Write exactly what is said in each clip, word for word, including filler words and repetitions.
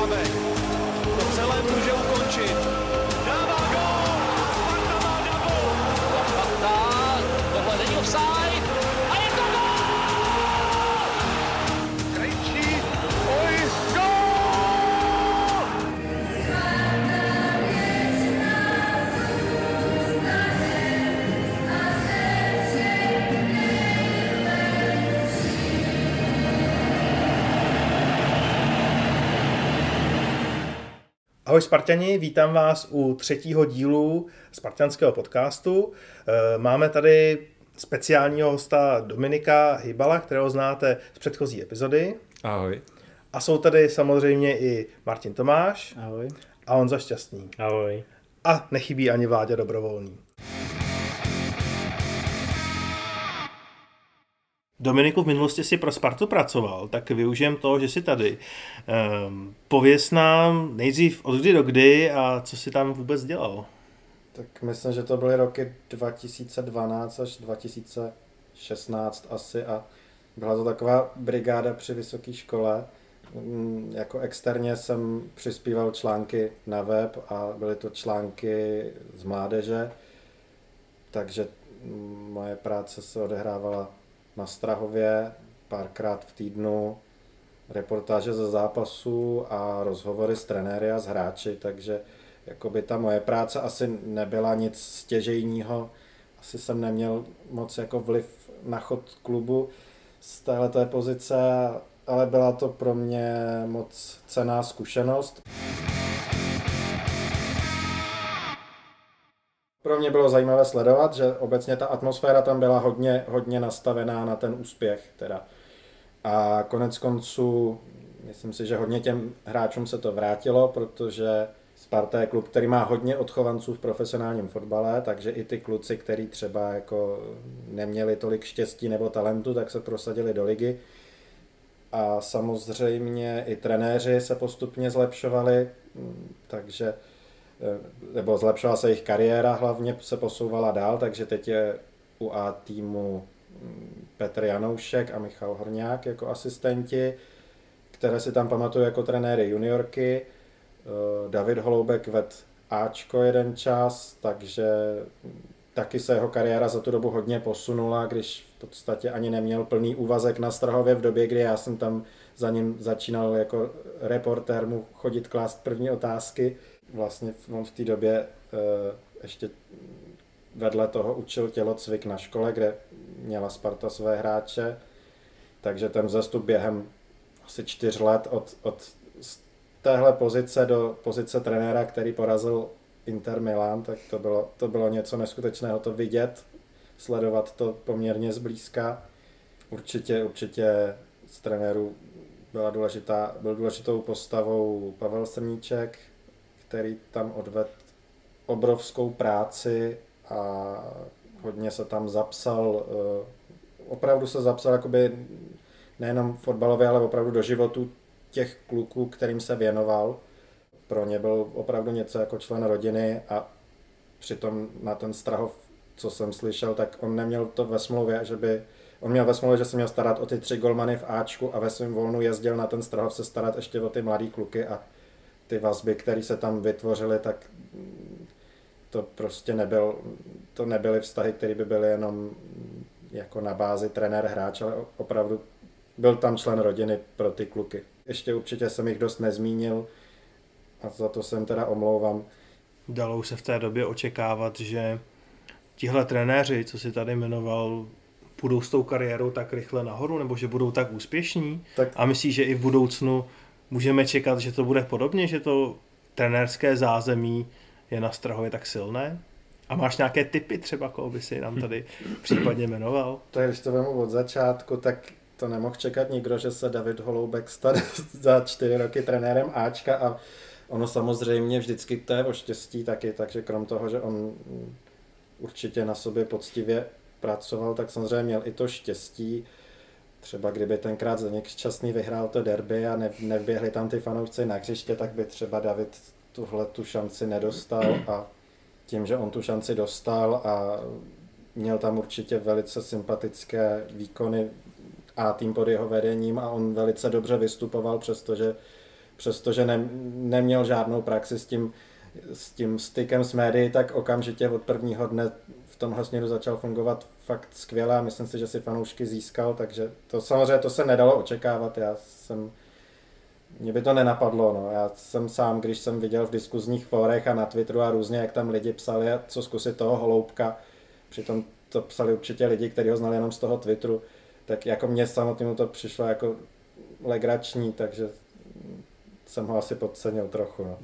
Švabek. To celé může ukončit. Dává gól! Sparta má na gól! Sparta, tohle není offside. A je to gól! Krejčí, oj, gól! Ahoj Sparťani, vítám vás u třetího dílu spartanského podcastu. Máme tady speciálního hosta Dominika Hybala, kterého znáte z předchozí epizody. Ahoj. A jsou tady samozřejmě i Martin Tomáš. Ahoj. A Honza Šťastný. Ahoj. A nechybí ani Vláďa Dobrovolný. Dominiku, v minulosti si pro Spartu pracoval, tak využijem toho, že jsi tady. Ehm, pověz nám nejdřív od kdy do kdy a co jsi tam vůbec dělal? Tak myslím, že to byly roky dva tisíce dvanáct až dva tisíce šestnáct asi a byla to taková brigáda při vysoké škole. Jako externě jsem přispíval články na web a byly to články z mládeže, takže moje práce se odehrávala na Strahově párkrát v týdnu, reportáže ze zápasů a rozhovory s trenéry a s hráči, takže jakoby ta moje práce asi nebyla nic stěžejního, asi jsem neměl moc jako vliv na chod klubu z téhleté pozice, ale byla to pro mě moc cenná zkušenost. Pro mě bylo zajímavé sledovat, že obecně ta atmosféra tam byla hodně, hodně nastavená na ten úspěch. Teda. A konec konců, myslím si, že hodně těm hráčům se to vrátilo, protože Sparta je klub, který má hodně odchovanců v profesionálním fotbale, takže i ty kluci, kteří třeba jako neměli tolik štěstí nebo talentu, tak se prosadili do ligy. A samozřejmě i trenéři se postupně zlepšovali, takže nebo zlepšovala se jejich kariéra, hlavně se posouvala dál, takže teď je u A týmu Petr Janoušek a Michal Horňák jako asistenti, které si tam pamatuju jako trenéry juniorky. David Holoubek vedl Ačko jeden čas, takže taky se jeho kariéra za tu dobu hodně posunula, když v podstatě ani neměl plný úvazek na Strahově v době, kdy já jsem tam za ním začínal jako reportér mu chodit klást první otázky. Vlastně on v té době ještě vedle toho učil tělocvik na škole, kde měla Sparta své hráče, takže ten vzestup během asi čtyř let od, od téhle pozice do pozice trenéra, který porazil Inter Milan, tak to bylo, to bylo něco neskutečného to vidět, sledovat to poměrně zblízka. Určitě, určitě z trenérů byla důležitá, byl důležitou postavou Pavel Srníček, který tam odvedl obrovskou práci a hodně se tam zapsal, opravdu se zapsal jakoby nejenom fotbalově, ale opravdu do životu těch kluků, kterým se věnoval. Pro ně byl opravdu něco jako člen rodiny a přitom na ten Strahov, co jsem slyšel, tak on neměl to ve smlouvě, že by, on měl ve smlouvě, že se měl starat o ty tři golmany v Ačku a ve svém volnu jezdil na ten Strahov se starat ještě o ty mladý kluky a ty vazby, které se tam vytvořily, tak to prostě nebyl, to nebyly vztahy, které by byly jenom jako na bázi trenér-hráč, ale opravdu byl tam člen rodiny pro ty kluky. Ještě určitě jsem jich dost nezmínil a za to jsem teda omlouvám. Dalo se v té době očekávat, že tihle trenéři, co si tady jmenoval, půjdou s tou kariérou tak rychle nahoru, nebo že budou tak úspěšní? Tak... A myslíš, že i v budoucnu můžeme čekat, že to bude podobně, že to trenérské zázemí je na Strahově tak silné? A máš nějaké tipy třeba, koho by si nám tady případně jmenoval? To když to vemu od začátku, tak to nemohl čekat nikdo, že se David Holoubek stane za čtyři roky trenérem Ačka a ono samozřejmě vždycky to je o štěstí taky, takže krom toho, že on určitě na sobě poctivě pracoval, tak samozřejmě měl i to štěstí. Třeba kdyby tenkrát Zdeněk Šťastný vyhrál to derby a ne, nevběhli tam ty fanoušci na hřiště, tak by třeba David tuhle tu šanci nedostal a tím, že on tu šanci dostal a měl tam určitě velice sympatické výkony A tým pod jeho vedením a on velice dobře vystupoval, přestože přestože ne, neměl žádnou praxi s tím, s tím stykem s médií, tak okamžitě od prvního dne v tomhle směru začal fungovat fakt skvěle a myslím si, že si fanoušky získal, takže to samozřejmě to se nedalo očekávat. Já jsem, mě by to nenapadlo, no. Já jsem sám, když jsem viděl v diskuzních fórech a na Twitteru a různě, jak tam lidi psali, co zkusit toho Holoubka, přitom to psali určitě lidi, kteří ho znali jenom z toho Twitteru, tak jako mně samotnému to přišlo jako legrační, takže jsem ho asi podcenil trochu, no.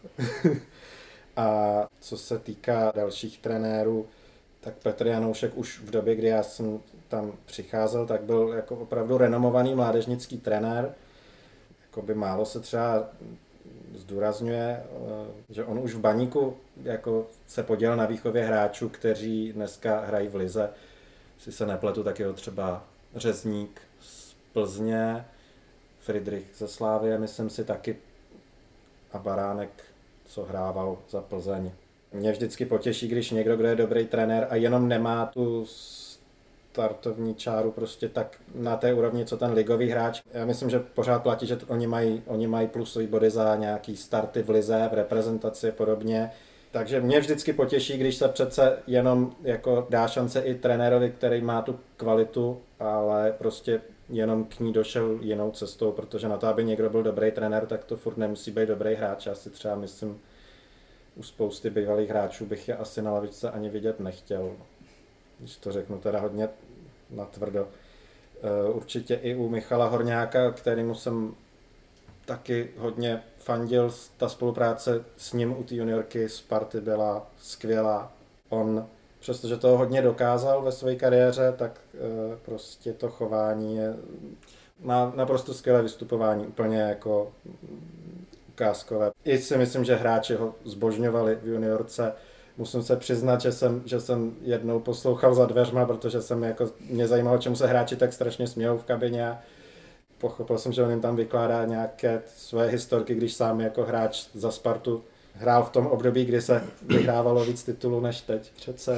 A co se týká dalších trenérů, tak Petr Janoušek už v době, kdy já jsem tam přicházel, tak byl jako opravdu renomovaný mládežnický trenér. Jakoby málo se třeba zdůrazňuje, že on už v Baníku jako se podílel na výchově hráčů, kteří dneska hrají v lize. Si se nepletu, tak je třeba Řezník z Plzně, Friedrich ze Slávie, myslím si taky, a Baránek, co hrával za Plzeň. Mě vždycky potěší, když někdo, kdo je dobrý trenér a jenom nemá tu startovní čáru prostě tak na té úrovni, co ten ligový hráč. Já myslím, že pořád platí, že oni mají, oni mají plusové body za nějaký starty v lize, v reprezentaci a podobně. Takže mě vždycky potěší, když se přece jenom jako dá šance i trenérovi, který má tu kvalitu, ale prostě jenom k ní došel jinou cestou, protože na to, aby někdo byl dobrý trenér, tak to furt nemusí být dobrý hráč. Já si třeba myslím, u spousty bývalých hráčů bych je asi na lavičce ani vidět nechtěl. Když to řeknu teda hodně natvrdo. Určitě i u Michala Horňáka, kterému jsem taky hodně fandil, ta spolupráce s ním u té juniorky Sparty byla skvělá. On, přestože toho hodně dokázal ve své kariéře, tak prostě to chování je, má naprosto skvělé vystupování, úplně jako ukázkové. I si myslím, že hráči ho zbožňovali v juniorce. Musím se přiznat, že jsem, že jsem jednou poslouchal za dveřma, protože jsem jako, mě zajímalo, čemu se hráči tak strašně smějou v kabině. Pochopil jsem, že on jim tam vykládá nějaké své historky, když sám jako hráč za Spartu hrál v tom období, kdy se vyhrávalo víc titulů než teď přece.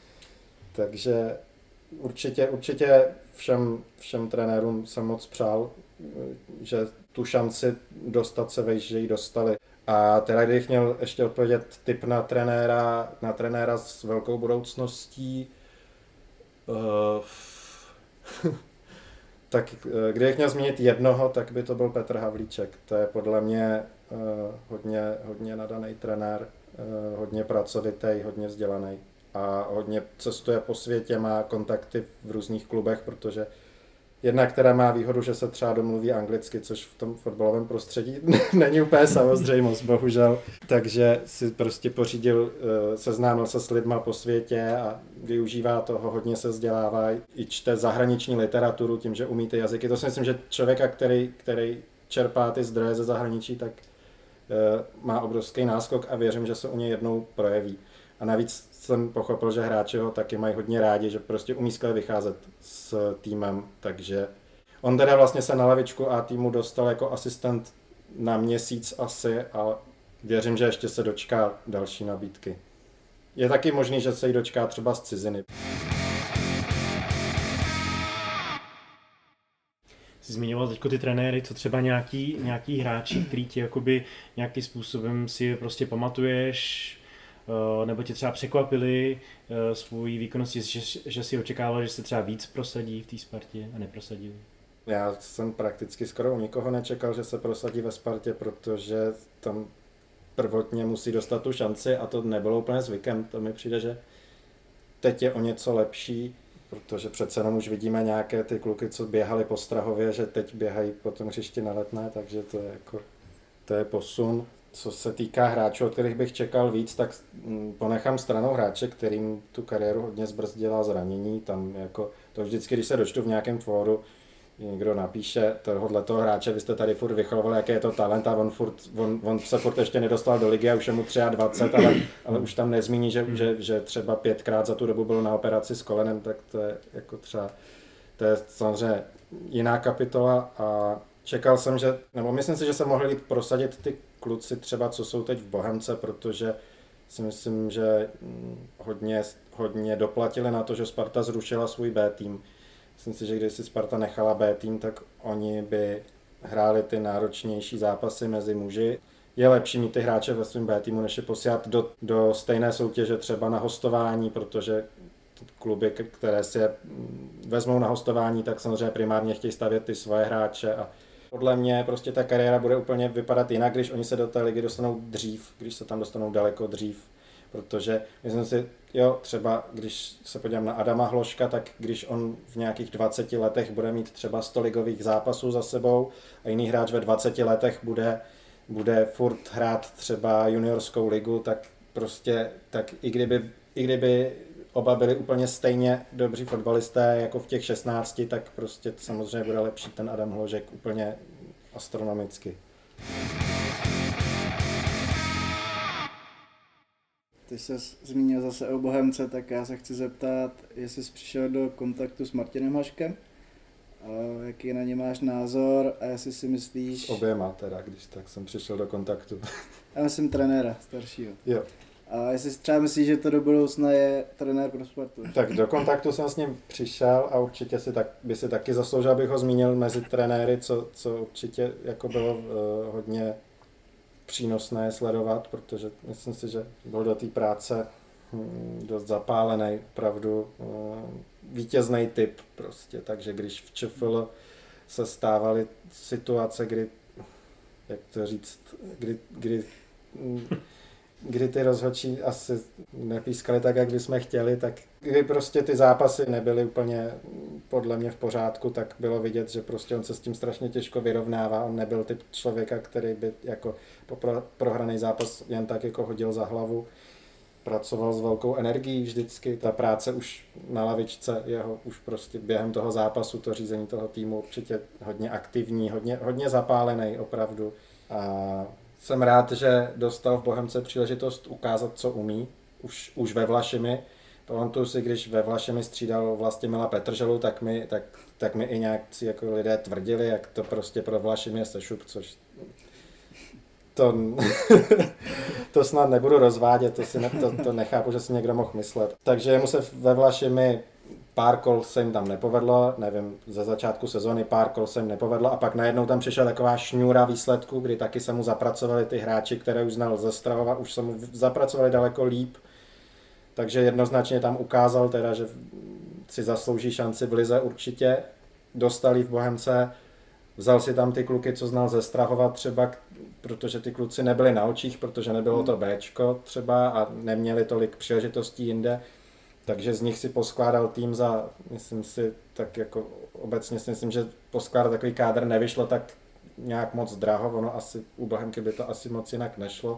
Takže určitě, určitě všem, všem trenérům jsem moc přál, že tu šanci dostat se vejš, že ji dostali. A teda kdybych měl ještě odpovědět tip na trenéra, na trenéra s velkou budoucností, uh, tak kdybych měl zmínit jednoho, tak by to byl Petr Havlíček. To je podle mě uh, hodně, hodně nadaný trenér, uh, hodně pracovitý, hodně vzdělaný a hodně cestuje po světě, má kontakty v různých klubech, protože jedna, která má výhodu, že se třeba domluví anglicky, což v tom fotbalovém prostředí není úplně samozřejmost, bohužel. Takže si prostě pořídil, seznámil se s lidma po světě a využívá toho, hodně se vzdělává, i čte zahraniční literaturu tím, že umí ty jazyky. To si myslím, že člověka, který, který čerpá ty zdroje ze zahraničí, tak má obrovský náskok a věřím, že se u něj jednou projeví. A navíc jsem pochopil, že hráči ho taky mají hodně rádi, že prostě umí skvěle vycházet s týmem, takže on teda vlastně se na lavičku A týmu dostal jako asistent na měsíc asi a věřím, že ještě se dočká další nabídky. Je taky možný, že se jí dočká třeba z ciziny. Jsi zmiňoval teďko ty trenéry, co třeba nějaký, nějaký hráči, který ti jakoby nějakým způsobem si prostě pamatuješ, nebo tě třeba překvapili svou výkonností, že, že si očekával, že se třeba víc prosadí v té Spartě a neprosadili? Já jsem prakticky skoro u nikoho nečekal, že se prosadí ve Spartě, protože tam prvotně musí dostat tu šanci a to nebylo úplně zvykem. To mi přijde, že teď je o něco lepší, protože přece jenom už vidíme nějaké ty kluky, co běhali po Strahově, že teď běhají po tom hřišti na Letné, takže to je, jako, to je posun. Co se týká hráčů, od kterých bych čekal víc, tak ponechám stranou hráče, kterým tu kariéru hodně zbrzdila zranění. Tam jako, to vždycky, když se dočtu v nějakém fóru, někdo napíše tohohle toho hráče, vy jste tady furt vychovali, jaký je to talent a on, furt, on, on se furt ještě nedostal do ligy a už je mu dvacet tři, ale, ale už tam nezmíní, že, že, že třeba pětkrát za tu dobu byl na operaci s kolenem, tak to je jako třeba, to je samozřejmě jiná kapitola a čekal jsem, že, nebo myslím si, že se mohli prosadit ty kluci třeba, co jsou teď v Bohemce, protože si myslím, že hodně, hodně doplatili na to, že Sparta zrušila svůj B tým. Myslím si, že když si Sparta nechala B tým, tak oni by hráli ty náročnější zápasy mezi muži. Je lepší mít ty hráče ve svém B týmu, než je posílat do, do stejné soutěže třeba na hostování, protože kluby, které si je vezmou na hostování, tak samozřejmě primárně chtějí stavět ty svoje hráče a podle mě prostě ta kariéra bude úplně vypadat jinak, když oni se do té ligy dostanou dřív, když se tam dostanou daleko dřív, protože myslím si, jo, třeba když se podívám na Adama Hloška, tak když on v nějakých dvaceti letech bude mít třeba sto ligových zápasů za sebou a jiný hráč ve dvaceti letech bude, bude furt hrát třeba juniorskou ligu, tak prostě, tak i kdyby, i kdyby oba byli úplně stejně dobří fotbalisté jako v těch šestnácti, tak prostě samozřejmě bude lepší ten Adam Hložek úplně astronomicky. Ty jsi zmínil zase o Bohemce, tak já se chci zeptat, jestli jsi přišel do kontaktu s Martinem Haškem, a jaký na ně máš názor a jestli si myslíš... S oběma teda, když tak jsem přišel do kontaktu. Já myslím trenéra staršího. Jo. A jestli si třeba myslíš, že to do budoucna je trenér pro Spartu? Tak do kontaktu jsem s ním přišel a určitě si tak, by si taky zasloužil, abych ho zmínil mezi trenéry, co, co určitě jako bylo uh, hodně přínosné sledovat, protože myslím si, že byl do té práce hm, dost zapálený, opravdu uh, vítězný typ prostě, takže když v ČFL se stávaly situace, kdy, jak to říct, kdy, kdy hm, kdy ty rozhodčí asi nepískali tak, jak bychom chtěli, tak kdy prostě ty zápasy nebyly úplně podle mě v pořádku, tak bylo vidět, že prostě on se s tím strašně těžko vyrovnává. On nebyl typ člověka, který by jako po prohraný zápas jen tak jako hodil za hlavu. Pracoval s velkou energií vždycky. Ta práce už na lavičce jeho, už prostě během toho zápasu, to řízení toho týmu určitě hodně aktivní, hodně, hodně zapálený opravdu. A jsem rád, že dostal v Bohemce příležitost ukázat, co umí, už, už ve Vlašimi. Pamatuju si, když ve Vlašimi střídal Vlastimila Petrželu, tak mi, tak, tak mi i nějakci jako lidé tvrdili, jak to prostě pro Vlašimi je sešup, což to, to snad nebudu rozvádět, to, si ne, to, to nechápu, že si někdo mohl myslet. Takže mu se ve Vlašimi pár kol se jim tam nepovedlo, nevím, ze začátku sezony pár kol se jim nepovedlo a pak najednou tam přišla taková šňůra výsledků, kdy taky se mu zapracovali ty hráči, které už znal ze Strahova, už se mu zapracovali daleko líp, takže jednoznačně tam ukázal teda, že si zaslouží šanci v lize určitě, dostali v Bohemce, vzal si tam ty kluky, co znal ze Strahova třeba, protože ty kluci nebyli na očích, protože nebylo to Bčko třeba a neměli tolik příležitostí jinde. Takže z nich si poskládal tým za, myslím si, tak jako obecně si myslím, že poskládat takový kádr nevyšlo tak nějak moc draho, ono asi u Bohemky by to asi moc jinak nešlo.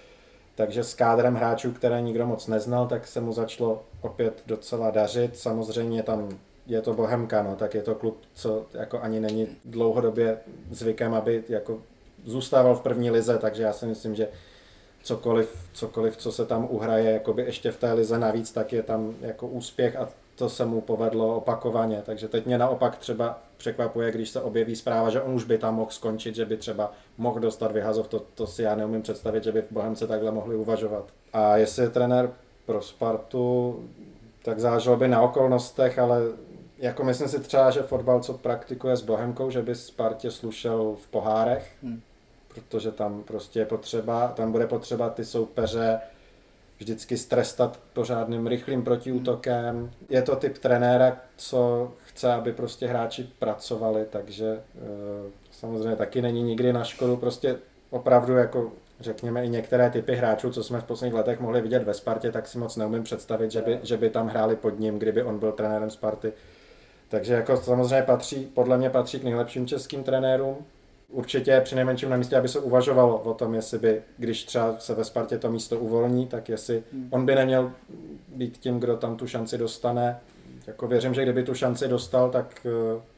Takže s kádrem hráčů, které nikdo moc neznal, tak se mu začalo opět docela dařit. Samozřejmě tam je to Bohemka, no, tak je to klub, co jako ani není dlouhodobě zvykem, aby jako zůstával v první lize, takže já si myslím, že Cokoliv, cokoliv, co se tam uhraje jakoby ještě v té lize navíc, tak je tam jako úspěch a to se mu povedlo opakovaně. Takže teď mě naopak třeba překvapuje, když se objeví zpráva, že on už by tam mohl skončit, že by třeba mohl dostat vyhazov, to, to si já neumím představit, že by v Bohemce takhle mohli uvažovat. A jestli je trenér pro Spartu, tak záleželo by na okolnostech, ale jako myslím si třeba, že fotbal, co praktikuje s Bohemkou, že by Spartě slušel v pohárech, hmm. protože tam prostě je potřeba, tam bude potřeba ty soupeře vždycky strestat pořádným rychlým protiútokem. Je to typ trenéra, co chce, aby prostě hráči pracovali, takže e, samozřejmě taky není nikdy na škodu, prostě opravdu jako řekněme i některé typy hráčů, co jsme v posledních letech mohli vidět ve Spartě, tak si moc neumím představit, že by, že by tam hráli pod ním, kdyby on byl trenérem Sparty. Takže jako samozřejmě patří, podle mě patří k nejlepším českým trenérům. Určitě při nejmenším na místě, aby se uvažovalo o tom, jestli by, když třeba se ve Spartě to místo uvolní, tak jestli on by neměl být tím, kdo tam tu šanci dostane. Jako věřím, že kdyby tu šanci dostal, tak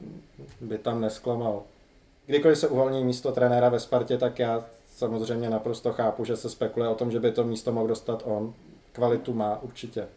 by tam nesklamal. Kdykoliv se uvolní místo trenéra ve Spartě, tak já samozřejmě naprosto chápu, že se spekuluje o tom, že by to místo mohl dostat on. Kvalitu má určitě.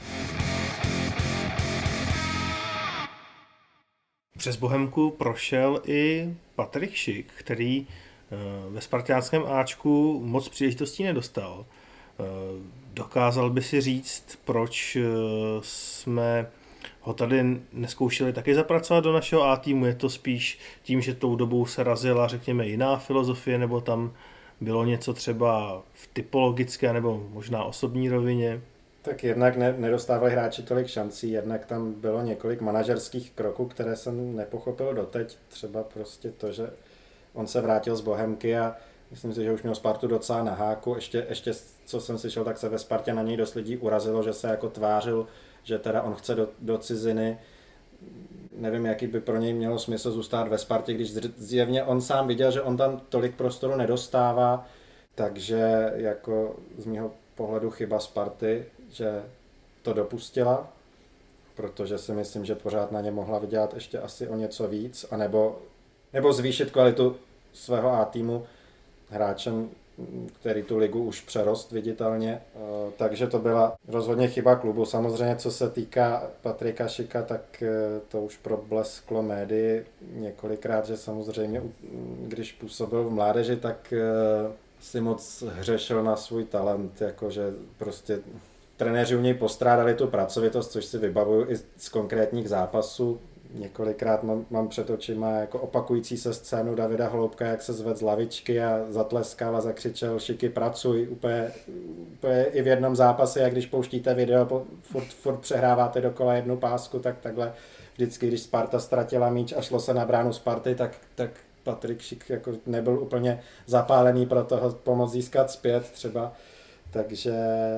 Přes Bohemku prošel i Patrik Šik, který ve spartiánském Ačku moc příležitostí nedostal. Dokázal by si říct, proč jsme ho tady neskoušeli taky zapracovat do našeho A týmu? Je to spíš tím, že tou dobou se razila, řekněme, jiná filozofie, nebo tam bylo něco třeba v typologické nebo možná osobní rovině? Tak jednak ne, nedostávali hráči tolik šancí, jednak tam bylo několik manažerských kroků, které jsem nepochopil doteď. Třeba prostě to, že on se vrátil z Bohemky a myslím si, že už měl Spartu docela na háku. Ještě, ještě co jsem slyšel, tak se ve Spartě na něj dost lidí urazilo, že se jako tvářil, že teda on chce do, do ciziny. Nevím, jaký by pro něj mělo smysl zůstat ve Spartě, když zjevně on sám viděl, že on tam tolik prostoru nedostává. Takže jako z mého pohledu chyba Sparty, že to dopustila, protože si myslím, že pořád na ně mohla vydělat ještě asi o něco víc, anebo, nebo zvýšit kvalitu svého A týmu hráčem, který tu ligu už přerost viditelně. Takže to byla rozhodně chyba klubu. Samozřejmě, co se týká Patrika Šika, tak to už problesklo médii několikrát, že samozřejmě, když působil v mládeži, tak si moc hřešil na svůj talent, jakože prostě trenéři u něj postrádali tu pracovitost, což si vybavuju i z konkrétních zápasů. Několikrát mám, mám před očima jako opakující se scénu Davida Holoubka, jak se zvedl z lavičky a zatleskal a zakřičel Šiky, pracuj, úplně, úplně i v jednom zápase, jak když pouštíte video, furt, furt přehráváte dokola jednu pásku, tak takhle vždycky, když Sparta ztratila míč a šlo se na bránu Sparty, tak, tak Patrik Šik jako nebyl úplně zapálený pro toho pomoct získat zpět třeba, takže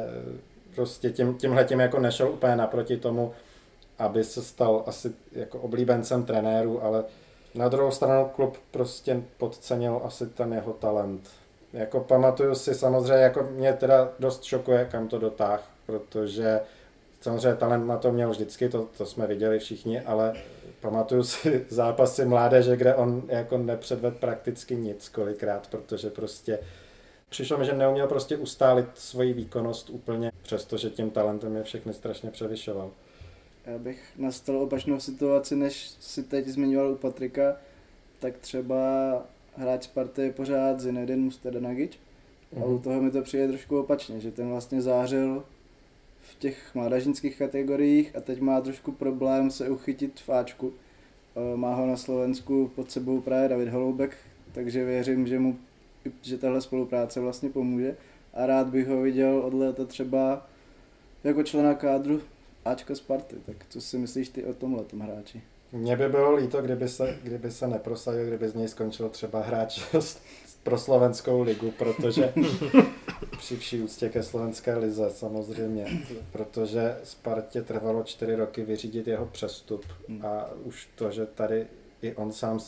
prostě tím, tímhletím jako nešel úplně naproti tomu, aby se stal asi jako oblíbencem trenérů, ale na druhou stranu klub prostě podcenil asi ten jeho talent. Jako pamatuju si samozřejmě, jako mě teda dost šokuje, kam to dotáhl, protože samozřejmě talent na to měl vždycky, to, to jsme viděli všichni, ale pamatuju si zápasy mládeže, kde on jako nepředvedl prakticky nic kolikrát, protože prostě přišlo mi, že neuměl prostě ustálit svoji výkonnost úplně, přestože tím talentem je všechny strašně převyšoval. Já bych nastal opačnou situaci, než si teď zmiňoval u Patrika, tak třeba hráč Sparty je pořád Zinedine Mustardanagič. Mm. A u toho mi to přijde trošku opačně, že ten vlastně zářil v těch mládežnických kategoriích a teď má trošku problém se uchytit v Ačku. Má ho na Slovensku pod sebou právě David Holoubek, takže věřím, že mu že tahle spolupráce vlastně pomůže a rád bych ho viděl od léta třeba jako člena kádru Ačka Sparty, tak co si myslíš ty o tomhletom hráči? Mně by bylo líto, kdyby se, kdyby se neprosadil, kdyby z něj skončil třeba hráč pro slovenskou ligu, protože při vší úctě ke slovenské lize samozřejmě, protože Spartě trvalo čtyři roky vyřídit jeho přestup a už to, že tady i on sám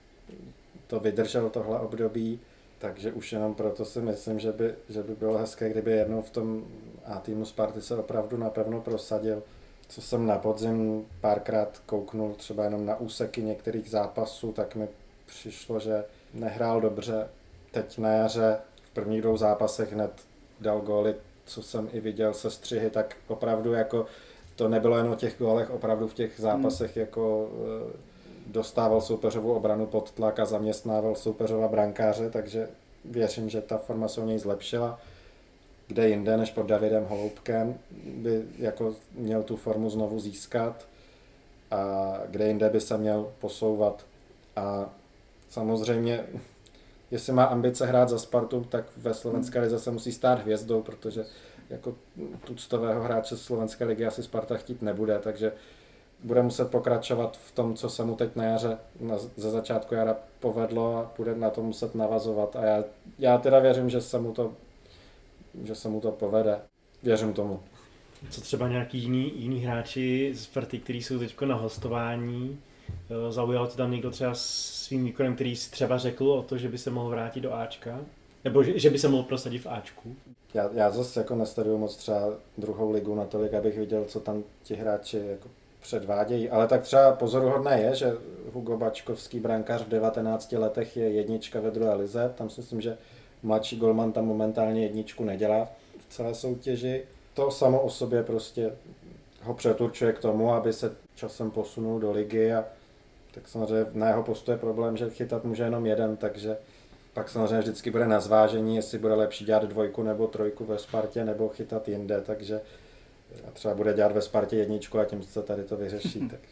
to vydržel tohle období, takže už jenom proto si myslím, že by, že by bylo hezké, kdyby jednou v tom A týmu Sparty se opravdu napevno prosadil. Co jsem na podzim párkrát kouknul třeba jenom na úseky některých zápasů, tak mi přišlo, že nehrál dobře. Teď na jaře v prvních dvou zápasech hned dal góly, co jsem i viděl se střihy, tak opravdu jako to nebylo jen o těch gólech, opravdu v těch zápasech hmm. jako dostával soupeřovou obranu pod tlak a zaměstnával soupeřova brankáře, takže věřím, že ta forma se u něj zlepšila. Kde jinde než pod Davidem Holoubkem by jako měl tu formu znovu získat a kde jinde by se měl posouvat. A samozřejmě, jestli má ambice hrát za Spartu, tak ve slovenské lize se musí stát hvězdou, protože jako tuctového hráče slovenské ligy asi Sparta chtít nebude, takže bude muset pokračovat v tom, co se mu teď na jaře, na, ze začátku jara povedlo a bude na to muset navazovat. A já, já teda věřím, že se mu to že se mu to povede. Věřím tomu. Co třeba nějaký jiný, jiný hráči z Sparty, kteří jsou teď na hostování, zaujal tě tam někdo třeba svým výkonem, který si třeba řekl o to, že by se mohl vrátit do Ačka? Nebo že, že by se mohl prosadit v Ačku? Já, já zase jako nesleduju moc třeba druhou ligu natolik, abych viděl, co tam ti hráči jako předvádějí. Ale tak třeba pozoruhodné je, že Hugo Bačkovský brankář v devatenácti letech je jednička ve druhé lize. Tam si myslím, že mladší golman tam momentálně jedničku nedělá v celé soutěži. To samo o sobě prostě ho přeturčuje k tomu, aby se časem posunul do ligy a tak samozřejmě na jeho postu je problém, že chytat může jenom jeden, takže pak samozřejmě vždycky bude na zvážení, jestli bude lepší dělat dvojku nebo trojku ve Spartě nebo chytat jinde, takže a třeba bude dělat ve Spartě jedničku a tím se tady to vyřeší. Tak.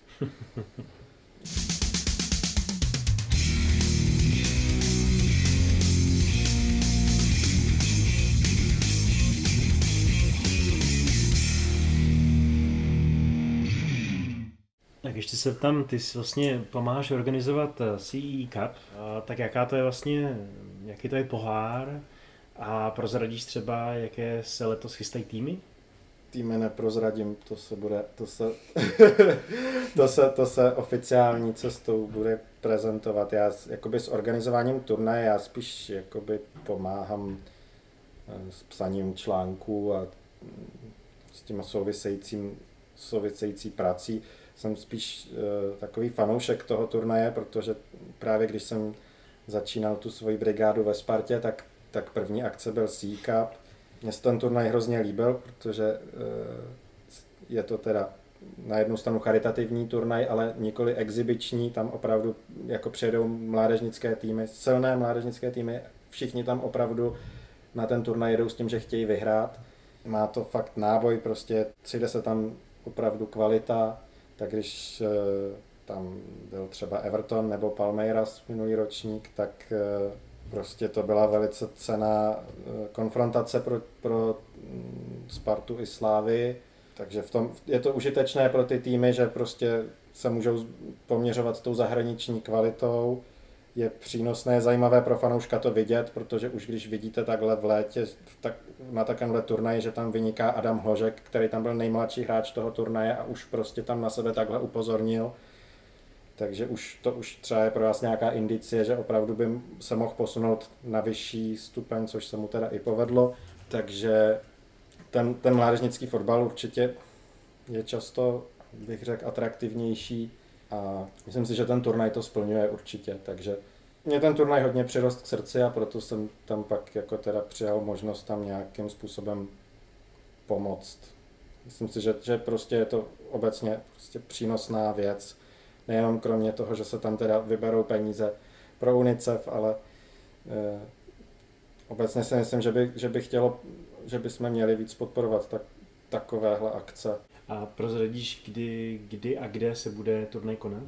Tak ještě se tam, ty jsi vlastně pomáháš organizovat C E Cup, tak jaká to je vlastně, jaký to je pohár a prozradíš třeba, jaké se letos chystají týmy? Týmy neprozradím, to se bude, to se, to se, to se oficiální cestou bude prezentovat. Já jakoby s organizováním turnaje, já spíš jakoby pomáhám s psaním článků a s tím souvisejícím, související prací. Jsem spíš uh, takový fanoušek toho turnaje, protože právě když jsem začínal tu svoji brigádu ve Spartě, tak, tak první akce byl C E Cup. Mně se ten turnaj hrozně líbil, protože uh, je to teda na jednu stranu charitativní turnaj, ale nikoli exibiční, tam opravdu jako přijedou mládežnické týmy, silné mládežnické týmy, všichni tam opravdu na ten turnaj jedou s tím, že chtějí vyhrát. Má to fakt náboj, prostě přijde se tam opravdu kvalita. Tak když tam byl třeba Everton nebo Palmeiras minulý ročník, tak prostě to byla velice cenná konfrontace pro, pro Spartu i Slávy. Takže v tom je to užitečné pro ty týmy, že prostě se můžou poměřovat s tou zahraniční kvalitou. Je přínosné, zajímavé pro fanouška to vidět, protože už když vidíte takhle v létě tak, na takovémhle turnaji, že tam vyniká Adam Hložek, který tam byl nejmladší hráč toho turnaje a už prostě tam na sebe takhle upozornil. Takže už to už třeba je pro vás nějaká indicie, že opravdu by se mohl posunout na vyšší stupeň, což se mu teda i povedlo. Takže ten, ten mládežnický fotbal určitě je často, bych řekl, atraktivnější. A myslím si, že ten turnaj to splňuje určitě, takže mě ten turnaj hodně přirost k srdci a proto jsem tam pak jako teda přijal možnost tam nějakým způsobem pomoct. Myslím si, že, že prostě je to obecně prostě přínosná věc, nejenom kromě toho, že se tam teda vyberou peníze pro UNICEF, ale eh, obecně si myslím, že by, že by chtělo, že bychom měli víc podporovat tak, takovéhle akce. A prozradíš, kdy, kdy a kde se bude turnaj konat?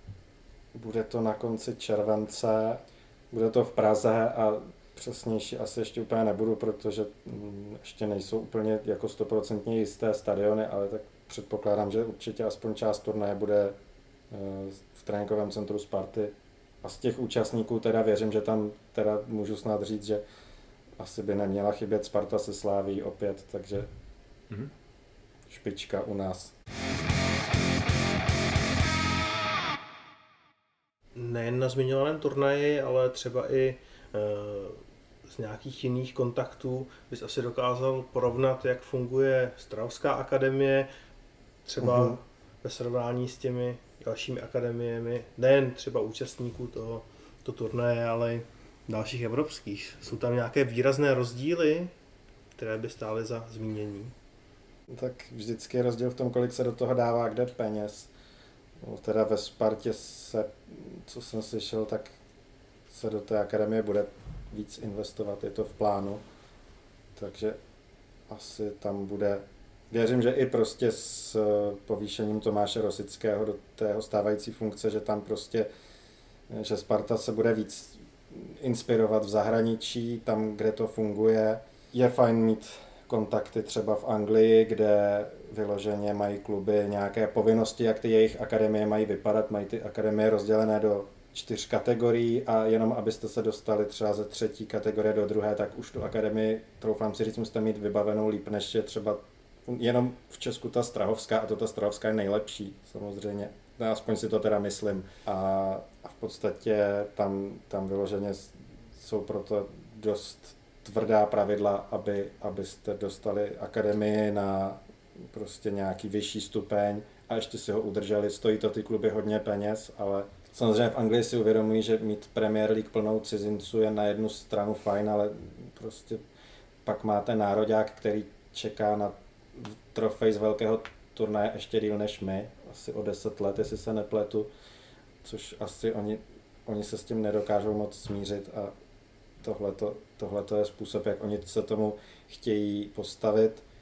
Bude to na konci července, bude to v Praze a přesnější asi ještě úplně nebudu, protože ještě nejsou úplně jako stoprocentně jisté stadiony, ale tak předpokládám, že určitě aspoň část turnaje bude v tréninkovém centru Sparty. A z těch účastníků teda věřím, že tam teda můžu snad říct, že asi by neměla chybět Sparta se Sláví opět, takže mm-hmm. špička u nás. Nejen na zmiňovaném turnaji, ale třeba i e, z nějakých jiných kontaktů bys asi dokázal porovnat, jak funguje Strahovská akademie, třeba uh-huh. ve srovnání s těmi dalšími akademiemi, nejen třeba účastníků toho, toho turnaje, ale i dalších evropských. Jsou tam nějaké výrazné rozdíly, které by stály za zmínění? Tak vždycky je rozdíl v tom, kolik se do toho dává kde peněz. No, teda ve Spartě se, co jsem slyšel, tak se do té akademie bude víc investovat, je to v plánu. Takže asi tam bude, věřím, že i prostě s povýšením Tomáše Rosického do tého stávající funkce, že tam prostě, že Sparta se bude víc inspirovat v zahraničí, tam, kde to funguje. Je fajn mít kontakty třeba v Anglii, kde vyloženě mají kluby nějaké povinnosti, jak ty jejich akademie mají vypadat, mají ty akademie rozdělené do čtyř kategorií a jenom abyste se dostali třeba ze třetí kategorie do druhé, tak už tu akademii, troufám si říct, musíte mít vybavenou líp, než je třeba jenom v Česku ta Strahovská, a to ta Strahovská je nejlepší, samozřejmě. Aspoň si to teda myslím. A, a v podstatě tam, tam vyloženě jsou proto dost tvrdá pravidla, aby, abyste dostali akademii na prostě nějaký vyšší stupeň a ještě si ho udrželi. Stojí to ty kluby hodně peněz, ale samozřejmě v Anglii si uvědomují, že mít Premier League plnou cizinců je na jednu stranu fajn, ale prostě pak máte nároďák, který čeká na trofej z velkého turnaje ještě díl než my, asi o deset let, jestli se nepletu, což asi oni, oni se s tím nedokážou moc smířit a tohleto, tohleto je způsob, jak oni se tomu chtějí postavit.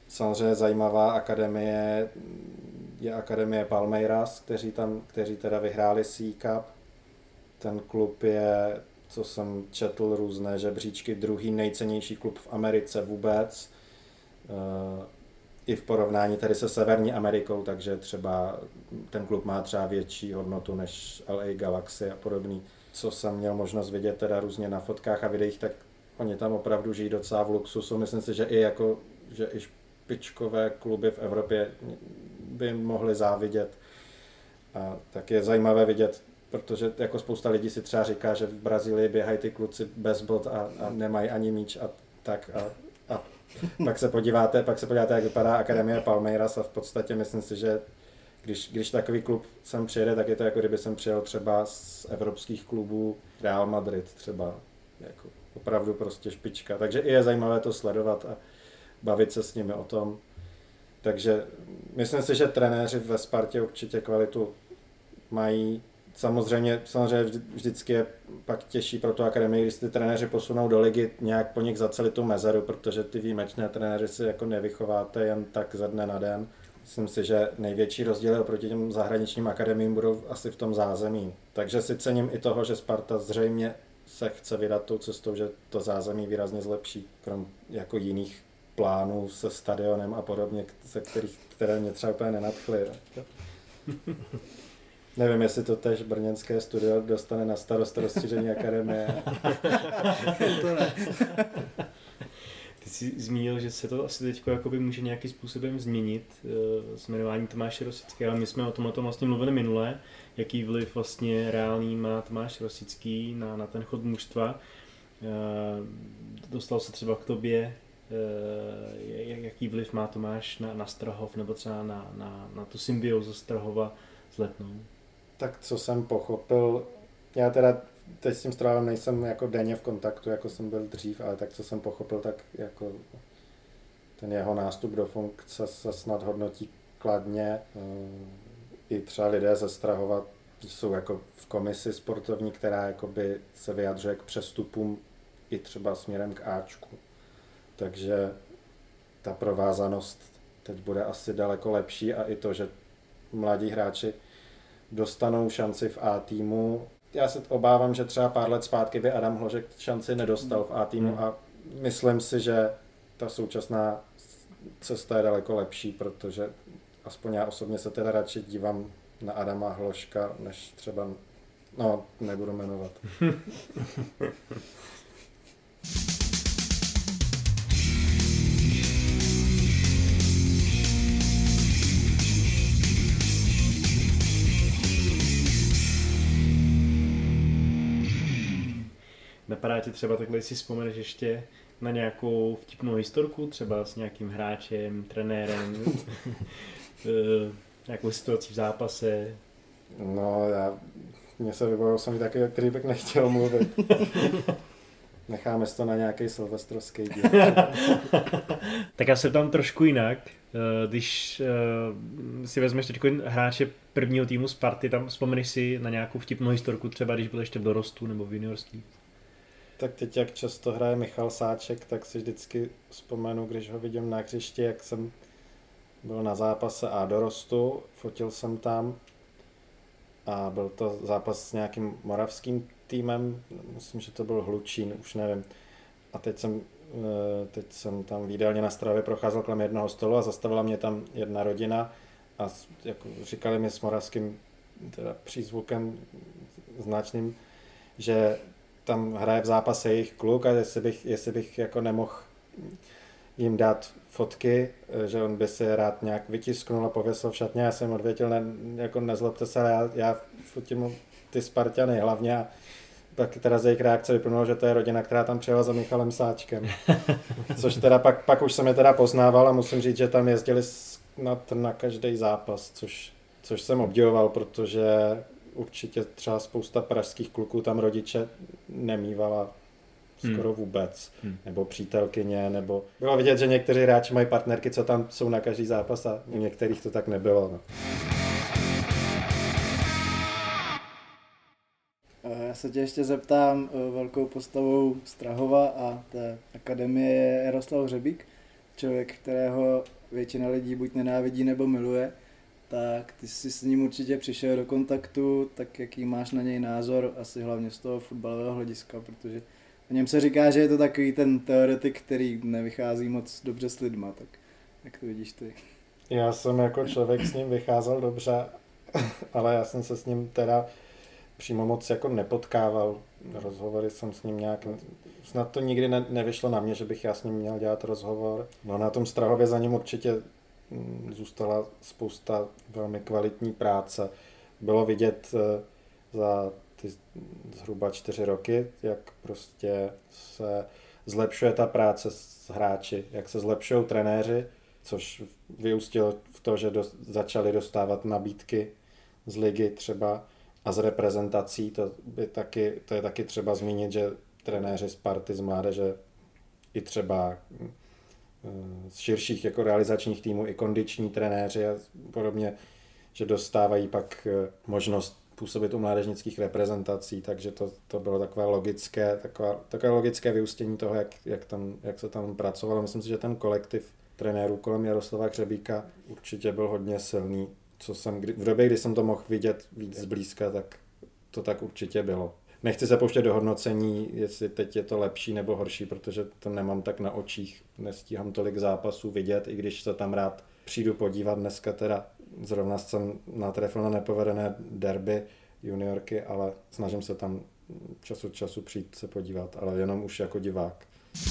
samozřejmě zajímavá akademie je akademie Palmeiras, kteří tam, kteří teda vyhráli C Cup. Ten klub je, co jsem četl, různé žebříčky, druhý nejcennější klub v Americe vůbec. I v porovnání tady se Severní Amerikou, takže třeba ten klub má třeba větší hodnotu než L A Galaxy a podobný. Co jsem měl možnost vidět teda různě na fotkách a videích, tak oni tam opravdu žijí docela v luxusu. Myslím si, že i jako, že i špičkové kluby v Evropě by mohly závidět. A tak je zajímavé vidět, protože jako spousta lidí si třeba říká, že v Brazílii běhají ty kluci bez bod a, a nemají ani míč a tak a, a pak se podíváte, pak se podíváte, jak vypadá akademie Palmeiras a v podstatě myslím si, že když, když takový klub sem přijede, tak je to jako kdyby jsem přijel třeba z evropských klubů Real Madrid třeba, jako opravdu prostě špička, takže i je zajímavé to sledovat a bavit se s nimi o tom. Takže myslím si, že trenéři ve Spartě určitě kvalitu mají. Samozřejmě, samozřejmě vždycky je pak těžší pro tu akademii, když ty trenéři posunou do ligy nějak po nich zacelit tu mezeru, protože ty výjimečné trenéři si jako nevychováte jen tak ze dne na den. Myslím si, že největší rozdíly oproti těm zahraničním akademiím budou asi v tom zázemí. Takže si cením i toho, že Sparta zřejmě se chce vydat tou cestou, že to zázemí výrazně zlepší, krom jako jiných plánů se stadionem a podobně, se kterých, které mě třeba úplně nenadchly. Nevím, jestli to tež brněnské studio dostane na starost rozšíření akademie. To ne. Ty jsi zmínil, že se to asi teď jakoby může nějakým způsobem změnit e, s jmenováním Tomáše Rosického. My jsme o tom, o tom vlastně mluvili minule, jaký vliv vlastně reálný má Tomáš Rosický na, na ten chod mužstva. E, dostal se třeba k tobě, e, jaký vliv má Tomáš na, na Strahov nebo třeba na, na, na tu symbiozu Strahova s Letnou? Tak co jsem pochopil, já teda teď s tím Strahovem nejsem jako denně v kontaktu, jako jsem byl dřív, ale tak co jsem pochopil, tak jako ten jeho nástup do funkce se snad hodnotí kladně. I třeba lidé ze Strahova jsou jako v komisi sportovní, která jakoby se vyjadřuje k přestupům i třeba směrem k Ačku. Takže ta provázanost teď bude asi daleko lepší a i to, že mladí hráči dostanou šanci v A týmu. Já se obávám, že třeba pár let zpátky by Adam Hložek šanci nedostal v A týmu a myslím si, že ta současná cesta je daleko lepší, protože aspoň já osobně se teda radši dívám na Adama Hložka, než třeba, no, nebudu jmenovat. Napadá ti třeba takhle, si vzpomeneš ještě na nějakou vtipnou historku, třeba s nějakým hráčem, trenérem, nějakou situací v zápase? No, já, mně se vybavil jsem taky, který bych nechtěl mluvit. Necháme to na nějaký silvestrovský díl. Tak já se tam trošku jinak. Když si vezmeš teď hráče prvního týmu Sparty, tam vzpomeneš si na nějakou vtipnou historku, třeba když byl ještě v dorostu nebo v juniorství? Tak teď, jak často hraje Michal Sáček, tak si vždycky vzpomenu, když ho vidím na hřišti, jak jsem byl na zápase A dorostu, fotil jsem tam a byl to zápas s nějakým moravským týmem, myslím, že to byl Hlučín, už nevím. A teď jsem, teď jsem tam v jídelně na Stravě procházel kolem jednoho stolu a zastavila mě tam jedna rodina a jako říkali mi s moravským teda přízvukem značným, že tam hraje v zápase jejich kluk a jestli bych, jestli bych jako nemohl jim dát fotky, že on by si rád nějak vytisknul a pověsil v šatně. Já jsem odvětil, ne, jako nezlobte se, já, já fotím ty Spartany hlavně a pak teda z jejich reakce vyplnulo, že to je rodina, která tam přijela za Michalem Sáčkem. Což teda pak, pak už jsem je teda poznával a musím říct, že tam jezdili na, na každý zápas, což, což jsem obdivoval, protože určitě třeba spousta pražských kluků tam rodiče nemývala skoro hmm. vůbec, hmm. nebo přítelkyně, nebo bylo vidět, že někteří hráči mají partnerky, co tam jsou na každý zápas a u některých to tak nebylo. No. Já se tě ještě zeptám, velkou postavou Strahova a té akademie je Jaroslav Hřebík. člověk, kterého většina lidí buď nenávidí nebo miluje, tak ty jsi s ním určitě přišel do kontaktu, tak jaký máš na něj názor, asi hlavně z toho fotbalového hlediska, protože o něm se říká, že je to takový ten teoretik, který nevychází moc dobře s lidma, tak jak to vidíš ty? Já jsem jako člověk s ním vycházel dobře, ale já jsem se s ním teda přímo moc jako nepotkával. Rozhovory jsem s ním nějak, snad to nikdy ne, nevyšlo na mě, že bych já s ním měl dělat rozhovor. No na tom Strahově za ním určitě zůstala spousta velmi kvalitní práce. Bylo vidět za ty zhruba čtyři roky, jak prostě se zlepšuje ta práce s hráči, jak se zlepšují trenéři, což vyústilo v to, že do, začali dostávat nabídky z ligy třeba a z reprezentací. To, by taky, to je taky třeba zmínit, že trenéři Sparty z mládeže i třeba z širších jako realizačních týmů i kondiční trenéři a podobně, že dostávají pak možnost působit u mládežnických reprezentací, takže to, to bylo takové logické, takové, takové logické vyústění toho, jak, jak, tam, jak se tam pracovalo. Myslím si, že ten kolektiv trenérů kolem Jaroslava Hřebíka určitě byl hodně silný. Co jsem, v době, kdy jsem to mohl vidět víc zblízka, tak to tak určitě bylo. Nechci se pouštět do hodnocení, jestli teď je to lepší nebo horší, protože to nemám tak na očích. Nestíhám tolik zápasů vidět, i když se tam rád přijdu podívat. Dneska teda zrovna jsem natrefil na nepovedené derby juniorky, ale snažím se tam čas od času přijít se podívat, ale jenom už jako divák.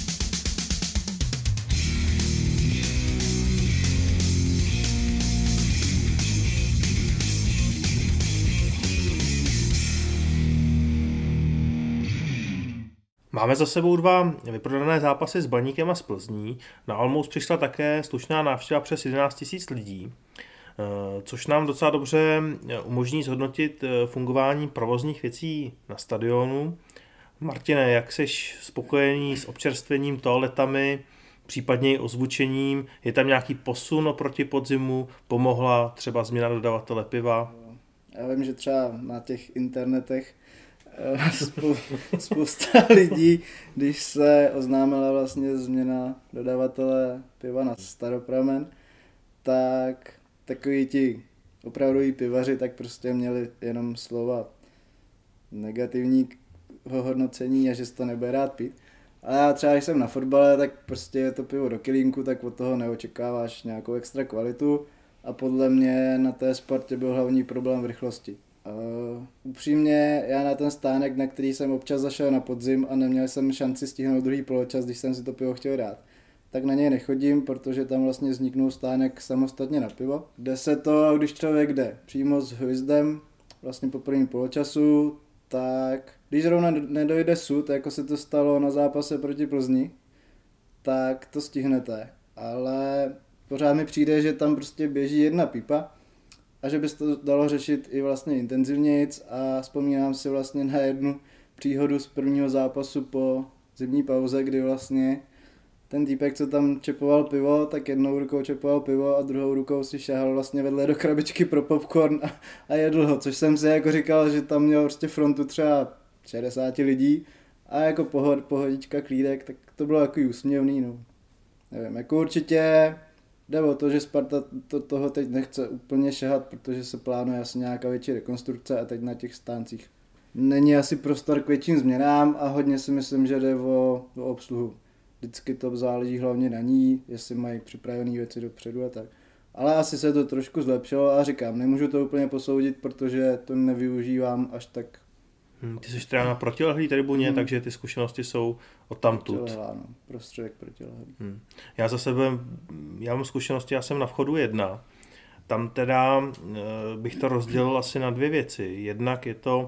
Máme za sebou dva vyprodané zápasy s Baníkem a s Plzní. Na Olomouc přišla také slušná návštěva přes jedenáct tisíc lidí, což nám docela dobře umožní zhodnotit fungování provozních věcí na stadionu. Martine, jak jsi spokojený s občerstvením, toaletami, případně i ozvučením? Je tam nějaký posun oproti podzimu? Pomohla třeba změna dodavatele piva? Já vím, že třeba na těch internetech Spou- spousta lidí, když se oznámila vlastně změna dodavatele piva na Staropramen, tak takový ti opravdoví pivaři tak prostě měli jenom slova negativního hodnocení a že si to nebude rád pít. A já třeba, když jsem na fotbale, tak prostě je to pivo do kilínku, tak od toho neočekáváš nějakou extra kvalitu a podle mě na té Spartě byl hlavní problém v rychlosti. Uh, upřímně, já na ten stánek, na který jsem občas zašel na podzim a neměl jsem šanci stihnout druhý poločas, když jsem si to pivo chtěl dát, tak na něj nechodím, protože tam vlastně vzniknul stánek samostatně na pivo, kde se to, když člověk jde přímo s hvězdem, vlastně po prvním poločasu, tak když zrovna nedojde sud, jako se to stalo na zápase proti Plzni, tak to stihnete, ale pořád mi přijde, že tam prostě běží jedna pipa, a že by se to dalo řešit i vlastně intenzivnějc a vzpomínám si vlastně na jednu příhodu z prvního zápasu po zimní pauze, kdy vlastně ten týpek, co tam čepoval pivo, tak jednou rukou čepoval pivo a druhou rukou si šahal vlastně vedle do krabičky pro popcorn a, a jedl ho, což jsem si jako říkal, že tam měl prostě frontu třeba šedesát lidí a jako pohod, pohodička, klídek, tak to bylo takový úsměvný, no. Nevím, jako určitě jde o to, že Sparta to, toho teď nechce úplně šahat, protože se plánuje asi nějaká větší rekonstrukce a teď na těch stáncích není asi prostor k větším změnám a hodně si myslím, že jde o, o obsluhu. Vždycky to záleží hlavně na ní, jestli mají připravené věci dopředu a tak. Ale asi se to trošku zlepšilo a říkám, nemůžu to úplně posoudit, protože to nevyužívám až tak. Hmm, ty jsi teda na protilehlý tribuně, hmm. takže ty zkušenosti jsou odtamtud. Protilehlá, no. Prostředek protilehlý. Hmm. Já za sebe, já mám zkušenosti, já jsem na vchodu jedna. Tam teda bych to rozdělil asi na dvě věci. Jednak je to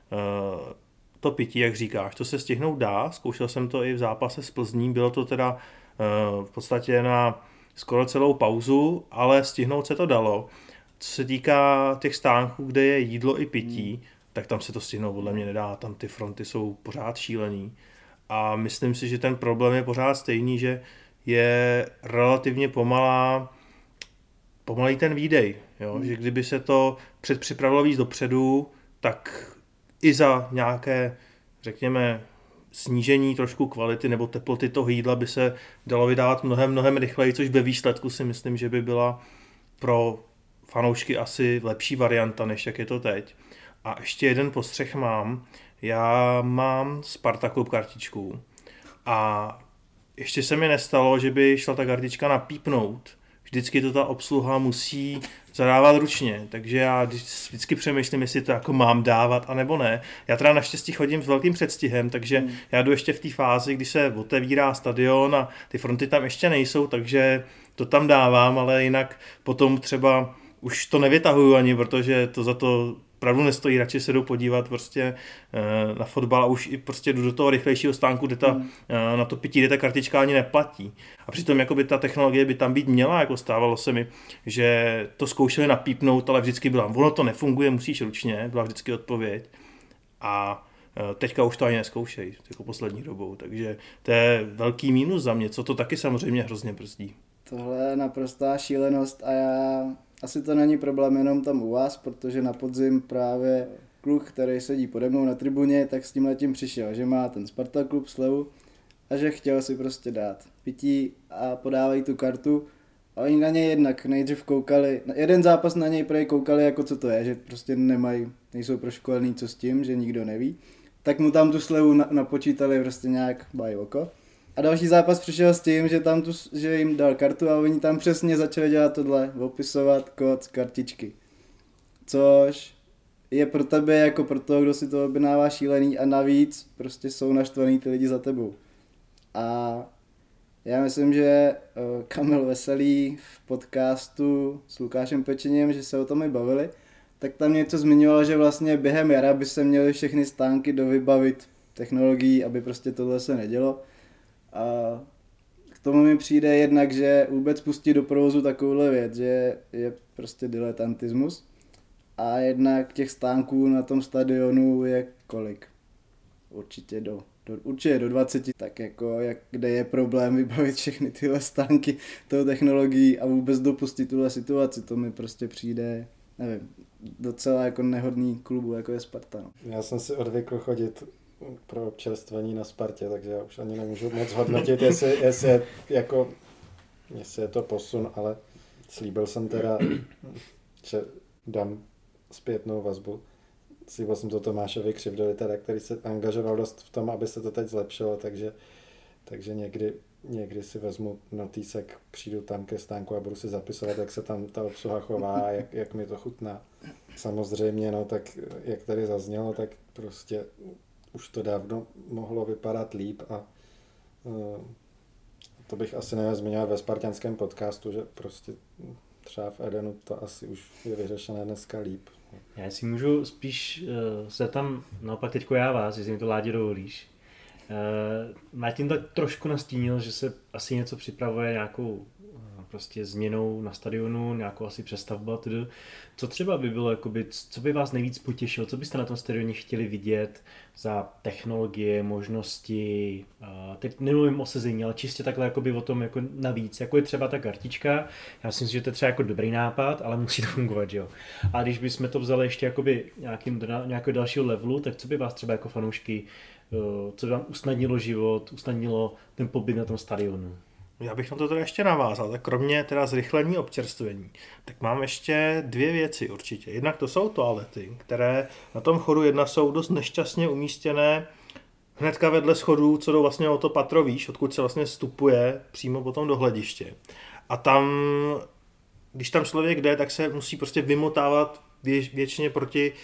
to pití, jak říkáš, to se stihnout dá. Zkoušel jsem to i v zápase s Plzní, bylo to teda v podstatě na skoro celou pauzu, ale stihnout se to dalo. Co se týká těch stánků, kde je jídlo i pití, hmm. tak tam se to stihnout podle mě nedá, tam ty fronty jsou pořád šílený. A myslím si, že ten problém je pořád stejný, že je relativně pomalá, pomalý ten výdej, jo? Hmm. Že kdyby se to předpřipravilo víc dopředu, tak i za nějaké, řekněme, snížení trošku kvality nebo teploty toho jídla by se dalo vydávat mnohem, mnohem rychleji, což ve výsledku si myslím, že by byla pro fanoušky asi lepší varianta, než jak je to teď. A ještě jeden postřeh mám. Já mám Sparta Klub kartičku a ještě se mi nestalo, že by šla ta kartička napípnout. Vždycky to ta obsluha musí zadávat ručně, takže já vždycky přemýšlím, jestli to jako mám dávat, anebo ne. Já teda naštěstí chodím s velkým předstihem, takže hmm. já jdu ještě v té fázi, kdy se otevírá stadion a ty fronty tam ještě nejsou, takže to tam dávám, ale jinak potom třeba už to nevytahuju ani, protože to za to pravdu nestojí, radši se jdou podívat prostě na fotbal a už i prostě jdu do toho rychlejšího stánku, kde ta, hmm. na to pití, kde ta kartička ani neplatí. A přitom jakoby ta technologie by tam být měla, jako stávalo se mi, že to zkoušeli napípnout, ale vždycky byla, ono to nefunguje, musíš ručně, byla vždycky odpověď. A teďka už to ani neskoušej, jako poslední dobou, takže to je velký mínus za mě, co to taky samozřejmě hrozně brzdí. Tohle je naprostá šílenost a já... Asi to není problém jenom tam u vás, protože na podzim právě kluk, který sedí pode mnou na tribuně, tak s tím letím přišel, že má ten Sparta Klub slevu a že chtěl si prostě dát pití a podávají tu kartu. A oni na něj jednak nejdřív koukali, jeden zápas na něj prej koukali, jako co to je, že prostě nemají, nejsou proškolení co s tím, že nikdo neví. Tak mu tam tu slevu napočítali prostě nějak baj oko. A další zápas přišel s tím, že, tam tu, že jim dal kartu a oni tam přesně začali dělat tohle, opisovat kód z kartičky. Což je pro tebe jako pro toho, kdo si to objednává šílený a navíc prostě jsou naštvaný ty lidi za tebou. A já myslím, že Kamil Veselý v podcastu s Lukášem Pečeněm, že se o tom i bavili, tak tam něco zmiňoval, že vlastně během jara by se měly všechny stánky dovybavit technologií, aby prostě tohle se nedělo. A k tomu mi přijde jednak, že vůbec pustit do provozu takovouhle věc, že je prostě diletantismus. A jednak těch stánků na tom stadionu je kolik? Určitě do, do, určitě do dvaceti, tak jako jak, kde je problém vybavit všechny tyhle stánky tou technologií a vůbec dopustit tuhle situaci, to mi prostě přijde, nevím, docela jako nehodný klubu, jako je Sparta. No. Já jsem si odvykl chodit pro občerstvení na Spartě, takže já už ani nemůžu moc hodnotit, jestli, jestli, je, jako, jestli je to posun, ale slíbil jsem teda, že dám zpětnou vazbu. Slíbil jsem to Tomášovi Křivdovi, teda, který se angažoval dost v tom, aby se to teď zlepšilo, takže, takže někdy, někdy si vezmu notýsek, přijdu tam ke stánku a budu si zapisovat, jak se tam ta obsluha chová a jak, jak mi to chutná. Samozřejmě, no tak jak tady zaznělo, tak prostě už to dávno mohlo vypadat líp a uh, to bych asi neměl zmiňovat ve spartanském podcastu, že prostě třeba v Edenu to asi už je vyřešené dneska líp. Já si můžu spíš uh, se tam, naopak teďko já vás, jestli mi to Ládě dovolíš. Uh, Martin tak trošku nastínil, že se asi něco připravuje nějakou uh, prostě změnou na stadionu, nějakou asi přestavba. Tedy. Co třeba by bylo, jakoby, co by vás nejvíc potěšilo, co byste na tom stadioně chtěli vidět za technologie, možnosti, uh, teď nemluvím o sezení, ale čistě takhle jakoby o tom jako navíc, jako je třeba ta kartička. Já si myslím, že to je třeba jako dobrý nápad, ale musí to fungovat, že jo. A když bychom to vzali ještě jakoby nějakým, nějakého dalšího levelu, tak co by vás třeba jako fanoušky, co by vám usnadnilo život, usnadnilo ten pobyt na tom stadionu? Já bych na to teda ještě navázal, tak kromě teda zrychlení občerstvení, tak mám ještě dvě věci určitě. Jednak to jsou toalety, které na tom chodu jedna jsou dost nešťastně umístěné hnedka vedle schodů, co jdou vlastně o to patro výš, odkud se vlastně vstupuje přímo potom do hlediště. A tam, když tam člověk jde, tak se musí prostě vymotávat vě- většině proti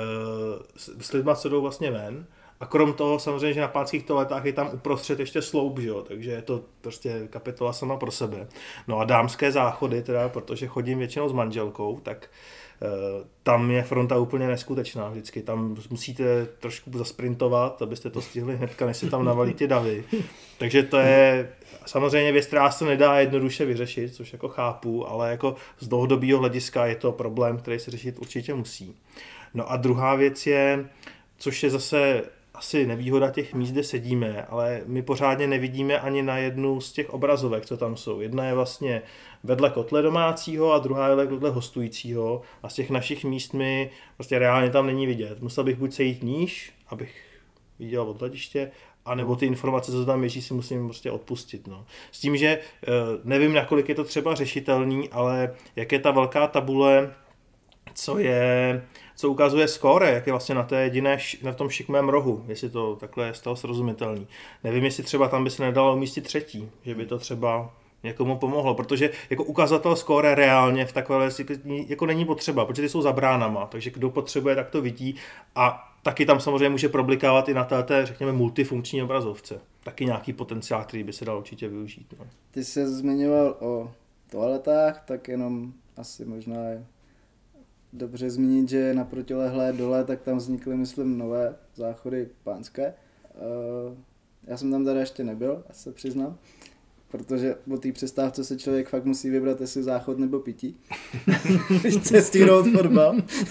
uh, s lidma, co jdou vlastně ven. A krom toho samozřejmě, že na pánských toaletách je tam uprostřed ještě sloup, že jo? Takže je to prostě kapitola sama pro sebe. No a dámské záchody, teda, protože chodím většinou s manželkou, tak uh, tam je fronta úplně neskutečná vždycky. Tam musíte trošku zasprintovat, abyste to stihli hnedka, než si tam navalí ty davy. Takže to je samozřejmě věc, která se nedá jednoduše vyřešit, což jako chápu, ale jako z dlouhodobého hlediska je to problém, který se řešit určitě musí. No a druhá věc je, což je zase asi nevýhoda těch míst, kde sedíme, ale my pořádně nevidíme ani na jednu z těch obrazovek, co tam jsou. Jedna je vlastně vedle kotle domácího a druhá je vedle hostujícího a z těch našich míst mi prostě reálně tam není vidět. Musel bych buď sejít níž, abych viděl od hlediště, a nebo ty informace, co tam běží, si musím prostě odpustit. No. S tím, že nevím, nakolik je to třeba řešitelný, ale jak je ta velká tabule, co je, co ukazuje skóre, jak je vlastně na té jediné, na tom šikmém rohu, jestli to takhle je z toho srozumitelný. Nevím, jestli třeba tam by se nedalo umístit třetí, že by to třeba někomu pomohlo, protože jako ukazatel skóre reálně v takové jako není potřeba, protože ty jsou za bránama, takže kdo potřebuje, tak to vidí a taky tam samozřejmě může problikávat i na té, té řekněme, multifunkční obrazovce. Taky nějaký potenciál, který by se dal určitě využít. No. Ty jsi zmiňoval o toaletách, tak jenom asi možná je dobře zmínit, že na protilehlé dole, tak tam vznikly, myslím, nové záchody pánské. Já jsem tam teda ještě nebyl, já se přiznám, protože po té přestávce se člověk fakt musí vybrat, jestli záchod nebo pití. Cestírovat fotbal.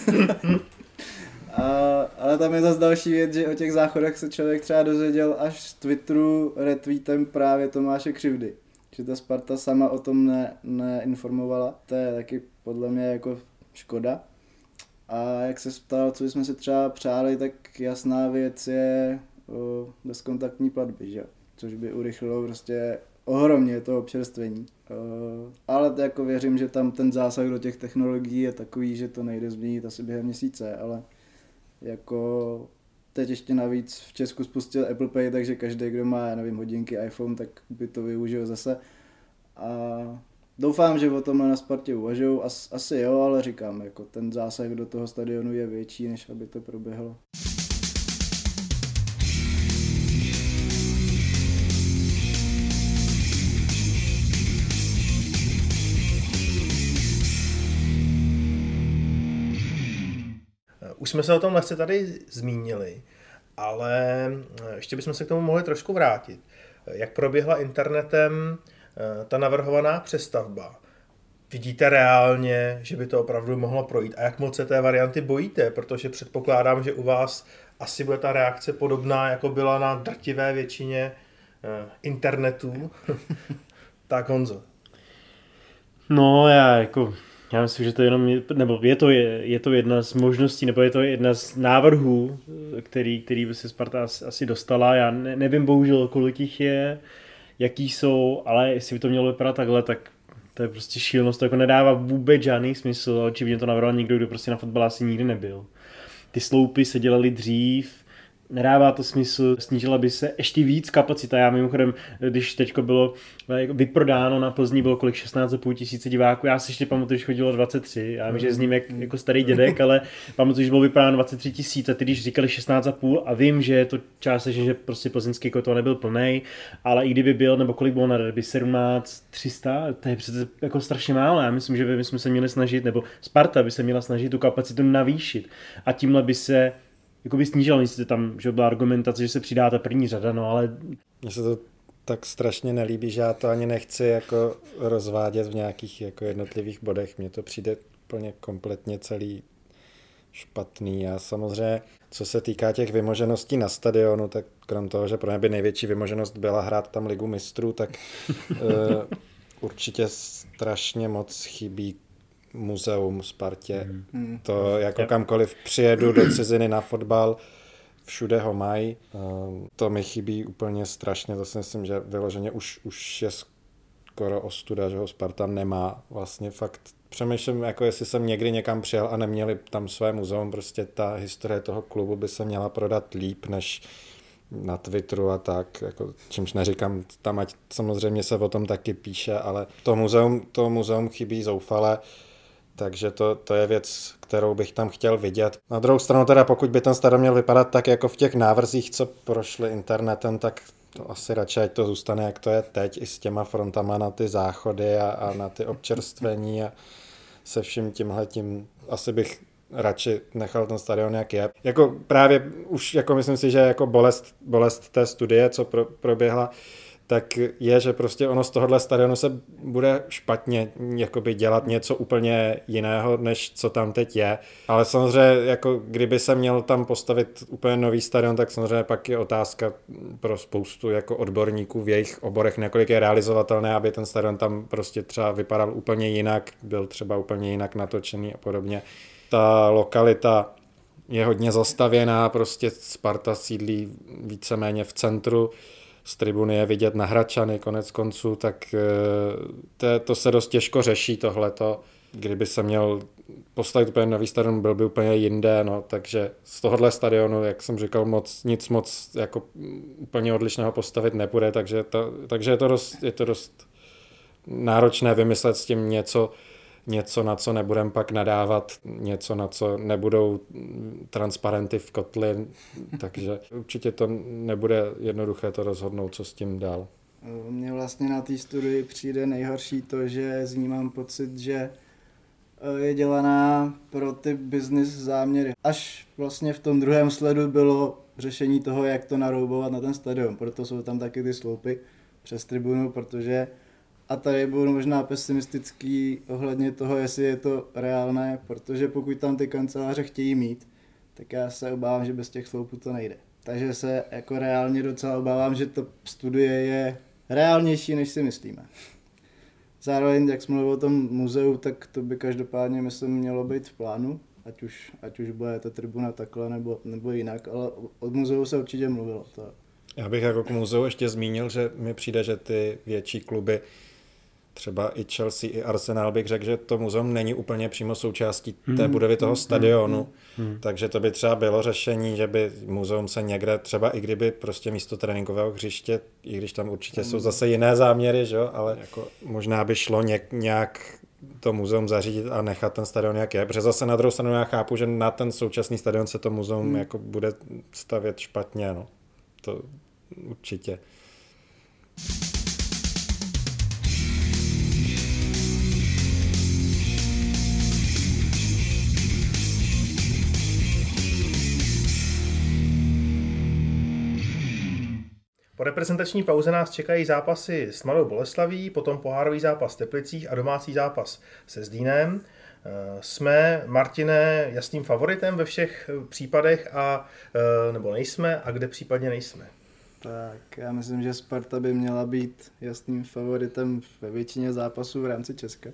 A, ale tam je zase další věc, že o těch záchodech se člověk třeba dozvěděl až z Twitteru retweetem právě Tomáše Křivdy. Že ta Sparta sama o tom ne, neinformovala. To je taky podle mě jako škoda. A jak se ptal, co jsme si třeba přáli, tak jasná věc je o bezkontaktní platby, že? Což by urychlilo prostě ohromně to občerstvení. Ale jako věřím, že tam ten zásah do těch technologií je takový, že to nejde změnit asi během měsíce, ale jako teď ještě navíc v Česku spustil Apple Pay, takže každý, kdo má, já nevím, hodinky, iPhone, tak by to využil zase. A doufám, že o tomhle na Spartě uvažují, As, asi jo, ale říkám, jako ten zásah do toho stadionu je větší, než aby to proběhlo. Už jsme se o tom lehce tady zmínili, ale ještě bychom se k tomu mohli trošku vrátit. Jak proběhla internetem ta navrhovaná přestavba? Vidíte reálně, že by to opravdu mohlo projít? A jak moc se té varianty bojíte? Protože předpokládám, že u vás asi bude ta reakce podobná, jako byla na drtivé většině internetů. Tak Honzo. No já jako... Já myslím, že to je jenom, nebo je to, je, je to jedna z možností, nebo je to jedna z návrhů, který, který by se Sparta asi dostala. Já ne, nevím bohužel, kolik jich je, jaký jsou, ale jestli by to mělo vypadat takhle, tak to je prostě šílenost, to jako nedává vůbec žádný smysl. Očividně to navrhoval někdo, kdo prostě na fotbal asi nikdy nebyl. Ty sloupy se dělaly dřív, nedává to smysl, snížila by se ještě víc kapacita. Já mimochodem, když teďko bylo vyprodáno na Plzni, bylo kolik šestnáct a půl tisíce diváků, já si ještě pamatuju, že chodilo dvacet tři, já vím, že s ním jak, jako starý dědek, ale pamatuju, že bylo vyprodáno dvacet tři tisíc a ty když říkali šestnáct a půl a vím, že je to částečně, že prostě plzeňský kotel nebyl plnej, ale i kdyby byl, nebo kolik bylo na derby, sedmnáct tři sta, to je přece jako strašně málo. Já myslím, že bychom se měli snažit, nebo Sparta by se měla snažit tu kapacitu navýšit a tímhle by se jakoby snížil, jestli tam, že byla argumentace, že se přidá ta první řada, no ale... Mně se to tak strašně nelíbí, že já to ani nechci jako rozvádět v nějakých jako jednotlivých bodech. Mně to přijde úplně kompletně celý špatný. A samozřejmě, co se týká těch vymožeností na stadionu, tak krom toho, že pro mě by největší vymoženost byla hrát tam Ligu mistrů, tak uh, určitě strašně moc chybí muzeum Spartě. Mm. To jako kamkoliv přijedu do ciziny na fotbal, všude ho mají. To mi chybí úplně strašně. To si myslím, že vyloženě už, už je skoro ostuda, že ho Sparta nemá. Vlastně fakt přemýšlím, jako jestli jsem někdy někam přijel a neměli tam své muzeum. Prostě ta historie toho klubu by se měla prodat líp, než na Twitteru a tak, jako, čímž neříkám, tam ať samozřejmě se o tom taky píše, ale to muzeum, to muzeum chybí zoufale. Takže to, to je věc, kterou bych tam chtěl vidět. Na druhou stranu teda, pokud by ten stadion měl vypadat tak jako v těch návrzích, co prošly internetem, tak to asi radši, ať to zůstane, jak to je teď, i s těma frontama na ty záchody a, a na ty občerstvení a se vším tímhletím. Asi bych radši nechal ten stadion, jak je. Jako právě už, jako myslím si, že jako bolest, bolest té studie, co pro, proběhla, tak je, že prostě ono z tohohle stadionu se bude špatně jakoby dělat něco úplně jiného, než co tam teď je. Ale samozřejmě, jako kdyby se měl tam postavit úplně nový stadion, tak samozřejmě pak je otázka pro spoustu jako odborníků v jejich oborech, nakolik je realizovatelné, aby ten stadion tam prostě třeba vypadal úplně jinak, byl třeba úplně jinak natočený a podobně. Ta lokalita je hodně zastavěná, prostě Sparta sídlí víceméně v centru, z tribuny je vidět na Hradčany konec konců, tak to, to se dost těžko řeší tohleto. Kdyby se měl postavit úplně nový stadion, byl by úplně jinde, no, takže z tohohle stadionu, jak jsem říkal, moc, nic moc jako úplně odlišného postavit nebude, takže, to, takže je, to dost, je to dost náročné vymyslet s tím něco, něco, na co nebudem pak nadávat, něco, na co nebudou transparenty v kotli, takže určitě to nebude jednoduché to rozhodnout, co s tím dál. Mně vlastně na té studii přijde nejhorší to, že z ní mám pocit, že je dělaná pro ty business záměry. Až vlastně v tom druhém sledu bylo řešení toho, jak to naroubovat na ten stadion, proto jsou tam taky ty sloupy přes tribunu, protože a tady budu možná pesimistický ohledně toho, jestli je to reálné, protože pokud tam ty kanceláře chtějí mít, tak já se obávám, že bez těch sloupů to nejde. Takže se jako reálně docela obávám, že to studie je reálnější, než si myslíme. Zároveň, jak jsme mluvili o tom muzeu, tak to by každopádně, myslím, mělo být v plánu, ať už, ať už bude ta tribuna takhle nebo, nebo jinak, ale od muzeu se určitě mluvilo. To. Já bych jako k muzeu ještě zmínil, že mi přijde, že ty větší kluby, třeba i Chelsea, i Arsenal, bych řekl, že to muzeum není úplně přímo součástí té budovy toho stadionu, hmm, hmm. takže to by třeba bylo řešení, že by muzeum se někde, třeba i kdyby prostě místo tréninkového hřiště, i když tam určitě hmm. jsou zase jiné záměry, že? Ale jako možná by šlo něk, nějak to muzeum zařídit a nechat ten stadion jak je, protože zase na druhou stranu já chápu, že na ten současný stadion se to muzeum hmm. jako bude stavět špatně, no. To určitě. Po reprezentační pauze nás čekají zápasy s Mladou Boleslaví, potom pohárový zápas v Teplicích a domácí zápas se Zlínem. Jsme, Martine, jasným favoritem ve všech případech, a, nebo nejsme, a kde případně nejsme? Tak já myslím, že Sparta by měla být jasným favoritem ve většině zápasů v rámci Česka.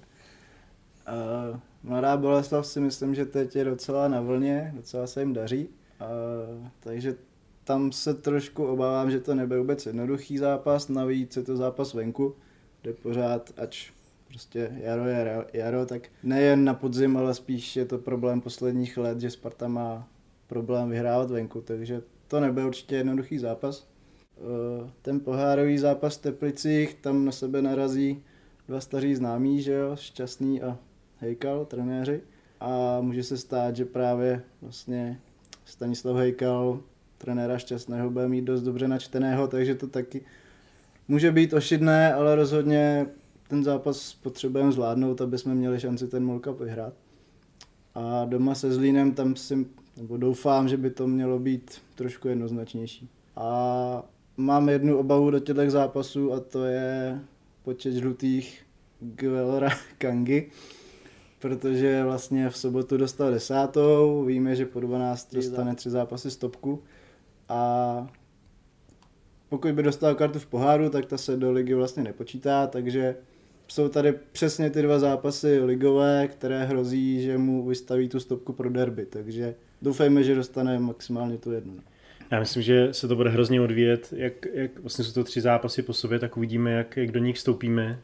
Uh, Mladá Boleslav si myslím, že teď je docela na vlně, docela se jim daří, uh, takže tam se trošku obávám, že to nebude vůbec jednoduchý zápas, navíc je to zápas venku, kde pořád, ač prostě jaro je jaro, tak nejen na podzim, ale spíš je to problém posledních let, že Sparta má problém vyhrávat venku, takže to nebude určitě jednoduchý zápas. Ten pohárový zápas v Teplicích, tam na sebe narazí dva staří známí, že jo, Šťastný a Hejkal, trenéři, a může se stát, že právě vlastně Stanislav Hejkal trenéra Šťastného bude mít dost dobře načteného, takže to taky může být ošidné, ale rozhodně ten zápas potřebujeme zvládnout, aby jsme měli šanci ten Mall Cup vyhrát. A doma se Zlínem tam si, nebo doufám, že by to mělo být trošku jednoznačnější. A mám jednu obavu do těchto zápasů, a to je počet žlutých Guelora Kangy, protože vlastně v sobotu dostal desátou, víme, že po dvanácti dostane tři zápasy stopku. A pokud by dostal kartu v poháru, tak ta se do ligy vlastně nepočítá, takže jsou tady přesně ty dva zápasy ligové, které hrozí, že mu vystaví tu stopku pro derby, takže doufejme, že dostane maximálně tu jednu. Já myslím, že se to bude hrozně odvíjet, jak, jak vlastně jsou to tři zápasy po sobě, tak uvidíme, jak, jak do nich vstoupíme.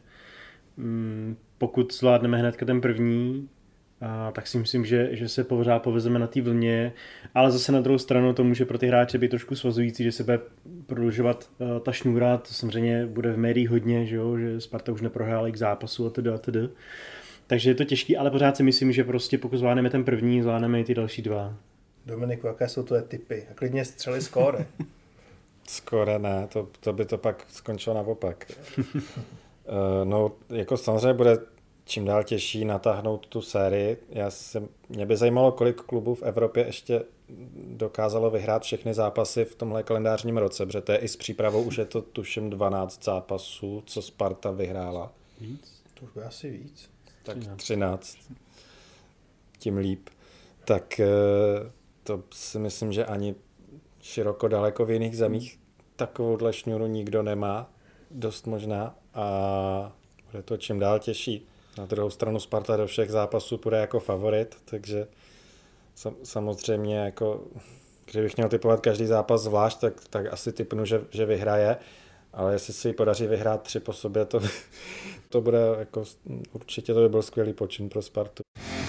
Pokud zvládneme hnedka ten první, a tak si myslím, že, že se pořád povezeme na té vlně, ale zase na druhou stranu to může pro ty hráče být trošku svazující, že se bude prodlužovat uh, ta šňůra, to samozřejmě bude v médiích hodně, že, jo, že Sparta už neprohrála k zápasu a teda a teda. Takže je to těžký, ale pořád si myslím, že prostě pokud zvládneme ten první, zvládneme i ty další dva. Dominiku, jaké jsou tvoje tipy? A klidně střeli skóre. Skóre ne, to, to by to pak skončilo naopak. uh, no, jako samozřejmě bude čím dál těžší natáhnout tu sérii. Já jsem, mě by zajímalo, kolik klubů v Evropě ještě dokázalo vyhrát všechny zápasy v tomhle kalendářním roce, protože to je i s přípravou, už je to tuším dvanáct zápasů, co Sparta vyhrála. Víc? To už by asi víc. Tak třináct. Tím líp. Tak to si myslím, že ani široko daleko v jiných zemích takovouhle šňůru nikdo nemá. Dost možná. A bude to čím dál těžší. Na druhou stranu Sparta do všech zápasů půjde jako favorit, takže sam, samozřejmě jako, kdybych měl typovat každý zápas zvlášť, tak, tak asi typnu, že, že vyhraje, ale jestli si podaří vyhrát tři po sobě, to, to bude jako, určitě to by byl skvělý počin pro Spartu.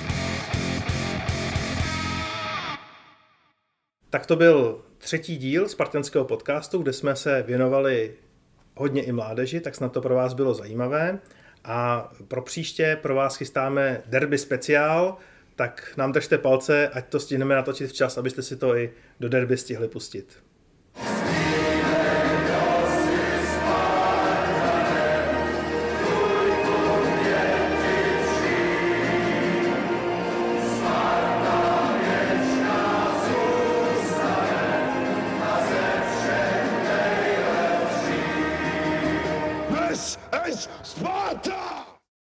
Tak to byl třetí díl spartanského podcastu, kde jsme se věnovali hodně i mládeži, tak snad to pro vás bylo zajímavé. A pro příště pro vás chystáme derby speciál, tak nám držte palce, ať to stihneme natočit včas, abyste si to i do derby stihli pustit.